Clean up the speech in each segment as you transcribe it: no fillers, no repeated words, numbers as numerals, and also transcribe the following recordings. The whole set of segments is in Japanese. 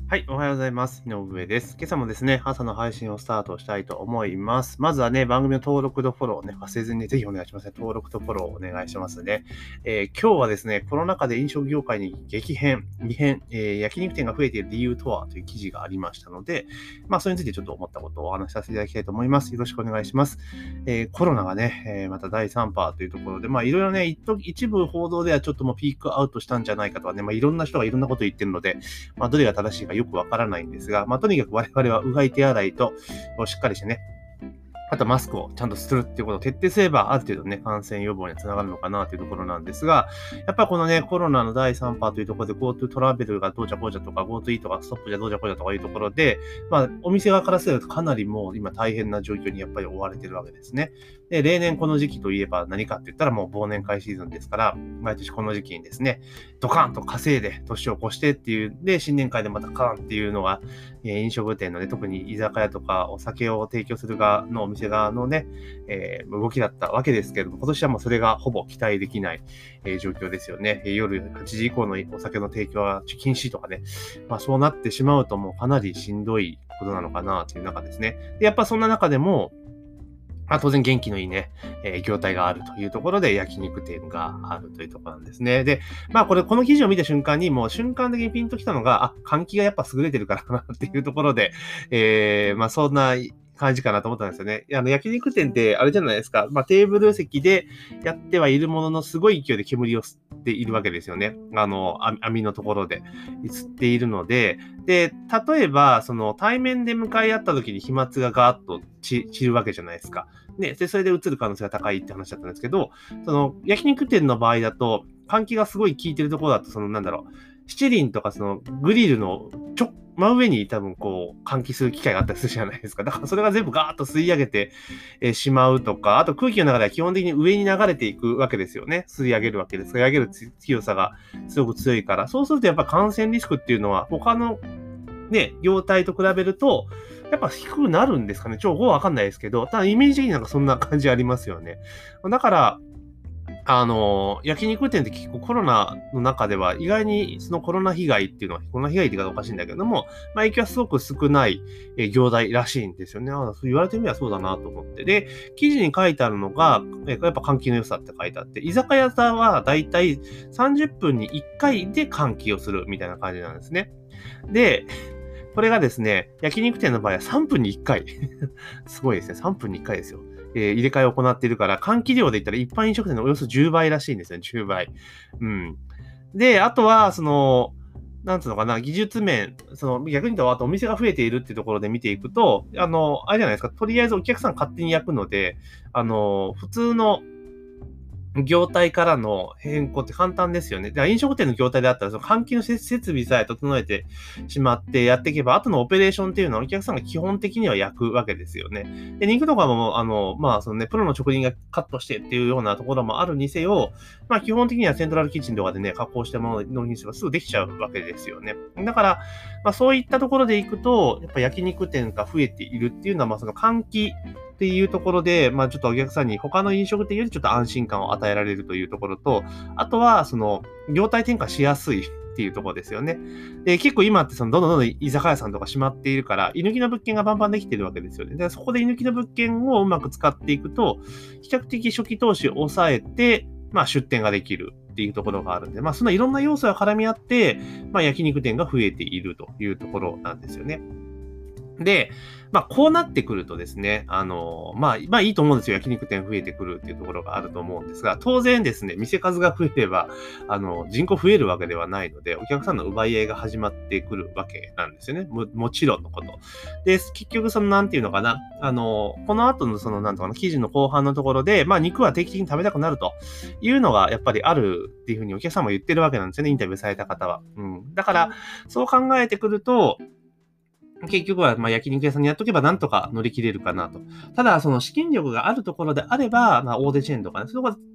はい、おはようございます。井上です。今朝もですね、朝の配信をスタートしたいと思います。まずはね、番組の登録とフォローをね、忘れずにね、ぜひお願いしますね。登録とフォローをお願いしますね。今日はですね、コロナ禍で飲食業界に激変、異変、焼肉店が増えている理由とはという記事がありましたので、それについてちょっと思ったことをお話しさせていただきたいと思います。よろしくお願いします。コロナがね、また第3波というところで、いろいろね、一部報道ではちょっともうピークアウトしたんじゃないかとかね、いろんな人がいろんなことを言ってるので、どれが正しいかよくわからないんですが、とにかく我々はうがい手洗いとしっかりしてね、あとマスクをちゃんとするっていうことを徹底すれば、ある程度ね、感染予防につながるのかなというところなんですが、やっぱりこのね、コロナの第3波というところで GoTo トラベルがどうじゃこうじゃとか、GoTo イートがストップじゃどうじゃこうじゃとかいうところで、お店側からするとかなりもう今大変な状況にやっぱり追われてるわけですね。で、例年この時期といえば何かって言ったらもう忘年会シーズンですから、毎年この時期にですね、ドカンと稼いで年を越してっていう、で、新年会でまたカーンっていうのが、飲食店のね、特に居酒屋とかお酒を提供する側のお店側のね、動きだったわけですけれども、今年はもうそれがほぼ期待できない、状況ですよね。夜8時以降のお酒の提供は禁止とかね、そうなってしまうともうかなりしんどいことなのかなという中ですね。で、やっぱそんな中でも、当然元気のいいね、業態があるというところで焼肉店があるというところなんですね。で、この記事を見た瞬間にもう瞬間的にピンときたのが、換気がやっぱ優れてるからかなっていうところで、そんな感じかなと思ったんですよね。焼肉店ってあれじゃないですか。テーブル席でやってはいるものの、すごい勢いで煙を吸っているわけですよね。網のところで吸っているので、で、例えば、その対面で向かい合った時に飛沫がガーッと散るわけじゃないですか。ね、で、それで移る可能性が高いって話だったんですけど、その焼肉店の場合だと、換気がすごい効いてるところだと、七輪とかそのグリルの真上に多分換気する機会があったりするじゃないですか。だからそれが全部ガーッと吸い上げてしまうとか、あと空気の流れは基本的に上に流れていくわけですよね。吸い上げるわけです。吸い上げる強さがすごく強いから。そうするとやっぱ感染リスクっていうのは他のね、業態と比べると、やっぱ低くなるんですかね。わかんないですけど、ただイメージ的になんかそんな感じありますよね。だから、焼肉店って結構コロナの中では意外にそのコロナ被害っていうのは、コロナ被害って言い方おかしいんだけども、影響はすごく少ない業態らしいんですよね。そう言われてみればそうだなと思って。で、記事に書いてあるのが、やっぱ換気の良さって書いてあって、居酒屋さんはだいたい30分に1回で換気をするみたいな感じなんですね。で、これがですね、焼肉店の場合は3分に1回。すごいですね。3分に1回ですよ。入れ替えを行っているから、換気量で言ったら一般飲食店のおよそ10倍らしいんですね。10倍。うん。で、あとは、なんつうのかな、技術面、逆に言うと、あとお店が増えているっていうところで見ていくと、あれじゃないですか、とりあえずお客さん勝手に焼くので、普通の業態からの変更って簡単ですよね。だから飲食店の業態であったら、その換気の設備さえ整えてしまってやっていけば、後のオペレーションっていうのはお客さんが基本的には焼くわけですよね。で、肉とかも、プロの職人がカットしてっていうようなところもあるにせよ、基本的にはセントラルキッチンとかでね、加工したものを納品すればすぐできちゃうわけですよね。だから、そういったところでいくと、やっぱ焼肉店が増えているっていうのは、その換気、っていうところで、ちょっとお客さんに他の飲食店よりちょっと安心感を与えられるというところと、あとは、業態転換しやすいっていうところですよね。で、結構今ってどんどん居酒屋さんとか閉まっているから、居抜きの物件がバンバンできてるわけですよね。で、そこで居抜きの物件をうまく使っていくと、比較的初期投資を抑えて、出店ができるっていうところがあるんで、そんないろんな要素が絡み合って、焼肉店が増えているというところなんですよね。で、こうなってくるとですね、いいと思うんですよ。焼肉店増えてくるっていうところがあると思うんですが、当然ですね、店数が増えれば、人口増えるわけではないので、お客さんの奪い合いが始まってくるわけなんですよね。もちろんのこと。で、結局なんていうのかな、この後のなんとかな、記事の後半のところで、肉は定期的に食べたくなるというのがやっぱりあるっていうふうにお客さんも言ってるわけなんですよね。インタビューされた方は。うん。だから、そう考えてくると、結局は、焼肉屋さんにやっとけばなんとか乗り切れるかなと。ただ、その資金力があるところであれば、大手チェーンとかね、そういうところ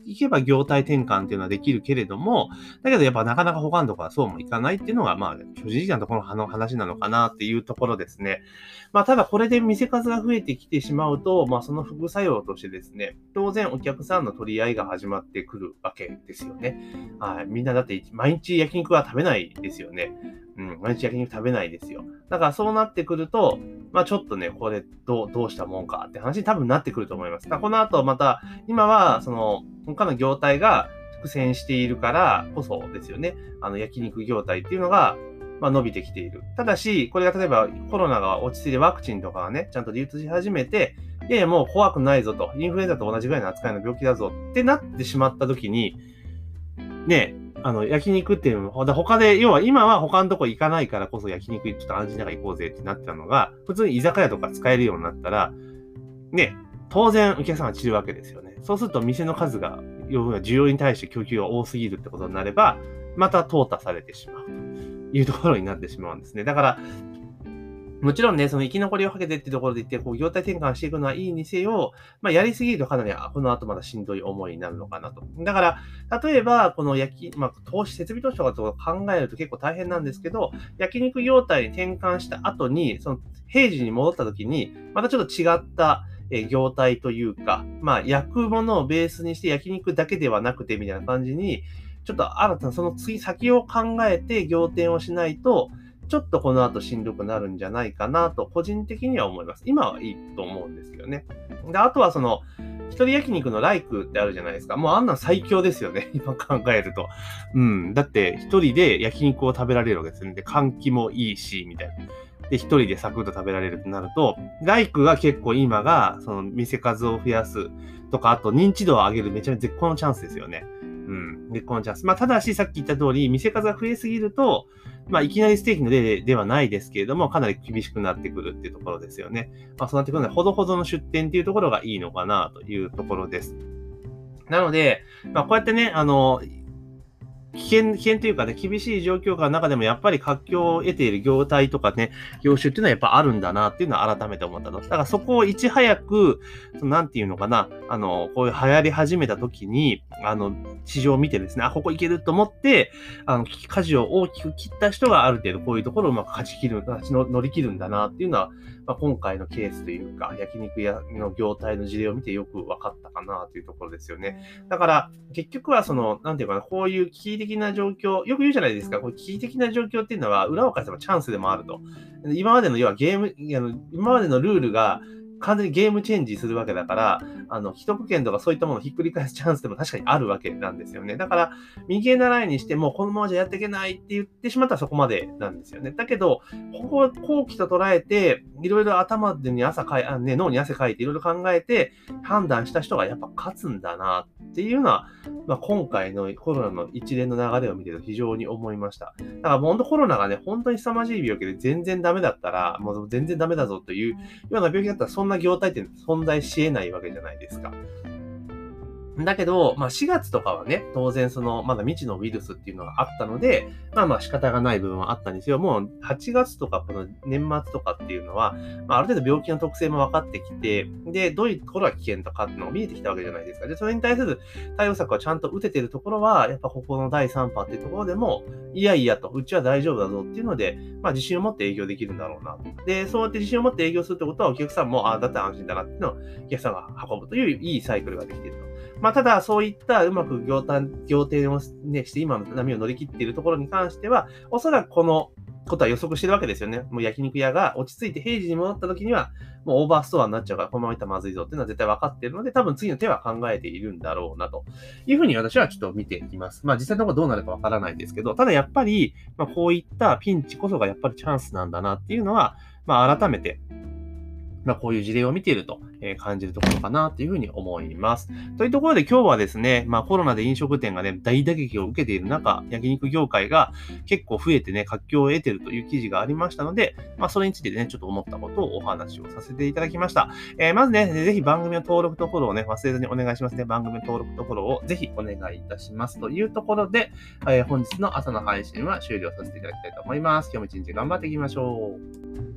いけば業態転換っていうのはできるけれども、だけどやっぱなかなか他のところはそうもいかないっていうのが、正直なところの話なのかなっていうところですね。ただこれで店数が増えてきてしまうと、その副作用としてですね、当然お客さんの取り合いが始まってくるわけですよね。はい。みんなだって毎日焼肉は食べないですよね。毎日焼肉食べないですよ。だからそうなってくると、ちょっとね、これどうしたもんかって話に多分なってくると思います。だからこの後また、今は他の業態が苦戦しているからこそですよね。焼肉業態っていうのが、伸びてきている。ただし、これが例えばコロナが落ち着いてワクチンとかがね、ちゃんと流通し始めて、いやいやもう怖くないぞと、インフルエンザと同じぐらいの扱いの病気だぞってなってしまった時に、ね、焼肉っていうのも、他で、要は今は他のとこ行かないからこそ焼肉ちょっと安心ながら行こうぜってなってたのが、普通に居酒屋とか使えるようになったら、ね、当然お客さんが散るわけですよね。そうすると店の数が、要は需要に対して供給が多すぎるってことになれば、また淘汰されてしまうというところになってしまうんですね。だから、もちろんね、その生き残りをかけてってところで言って、業態転換していくのはいいにせよ、やりすぎるとかなり、この後まだしんどい思いになるのかなと。だから、例えば、この設備投資とかと考えると結構大変なんですけど、焼肉業態に転換した後に、その平時に戻った時に、またちょっと違った、業態というか、焼くものをベースにして焼肉だけではなくてみたいな感じに、ちょっと新たなその先を考えて仰天をしないと、ちょっとこの後しんどくなるんじゃないかなと、個人的には思います。今はいいと思うんですけどね。で、あとは一人焼肉のライクってあるじゃないですか。もうあんなん最強ですよね。今考えると。だって一人で焼肉を食べられるわけですよね。で、換気もいいし、みたいな。で、一人でサクッと食べられるとなると、ライクが結構今が、店数を増やすとか、あと認知度を上げるめちゃめちゃ絶好のチャンスですよね。絶好のチャンス。ただし、さっき言った通り、店数が増えすぎると、いきなりステーキの例ではないですけれども、かなり厳しくなってくるっていうところですよね。そうなってくるので、ほどほどの出店っていうところがいいのかなというところです。なので、こうやってね、危険というかね、厳しい状況下の中でもやっぱり活況を得ている業態とかね、業種っていうのはやっぱあるんだなっていうのは改めて思ったと。だからそこをいち早く、なんていうのかな、こういう流行り始めた時に、市場を見てですね、ここいけると思って、舵を大きく切った人がある程度こういうところをうまく乗り切るんだなっていうのは、今回のケースというか、焼肉屋の業態の事例を見てよく分かったかなというところですよね。だから、結局はなんていうかな、こういう危機的な状況、よく言うじゃないですか、こう危機的な状況っていうのは、裏を返せばチャンスでもあると。今までの、要は今までのルールが、完全にゲームチェンジするわけだから、既得権とかそういったものをひっくり返すチャンスでも確かにあるわけなんですよね。だから、右へ習いにしても、このままじゃやっていけないって言ってしまったらそこまでなんですよね。だけど、ここを後期と捉えて、いろいろ頭に脳に汗かいていろいろ考えて判断した人がやっぱ勝つんだなっていうのは、今回のコロナの一連の流れを見てると非常に思いました。だから本当コロナがね、本当に凄まじい病気で全然ダメだったら、もう全然ダメだぞというような病気だったらそんな業態って存在し得ないわけじゃないですか。だけど、4月とかはね、当然まだ未知のウイルスっていうのがあったので、仕方がない部分はあったんですよ。もう8月とかこの年末とかっていうのは、ある程度病気の特性も分かってきて、で、どういうところが危険とかっていうのが見えてきたわけじゃないですか。で、それに対する対応策はちゃんと打ててるところは、やっぱここの第3波っていうところでも、いやいやと、うちは大丈夫だぞっていうので、自信を持って営業できるんだろうな。で、そうやって自信を持って営業するってことは、お客さんも、だったら安心だなっていうのを、お客さんが運ぶといういいサイクルができていると。ただ、そういったうまく仰天をね、して今の波を乗り切っているところに関しては、おそらくこのことは予測してるわけですよね。もう焼肉屋が落ち着いて平時に戻った時には、もうオーバーストアになっちゃうから、このままいったらまずいぞっていうのは絶対分かっているので、多分次の手は考えているんだろうな、というふうに私はちょっと見ています。実際のところどうなるか分からないですけど、ただやっぱり、こういったピンチこそがやっぱりチャンスなんだなっていうのは、改めて、こういう事例を見ていると感じるところかなというふうに思います。というところで今日はですね、コロナで飲食店がね、大打撃を受けている中、焼肉業界が結構増えてね、活況を得ているという記事がありましたので、それについてね、ちょっと思ったことをお話をさせていただきました。まずね、ぜひ番組の登録とフォローをね、忘れずにお願いしますね。番組の登録とフォローをぜひお願いいたしますというところで、本日の朝の配信は終了させていただきたいと思います。今日も一日頑張っていきましょう。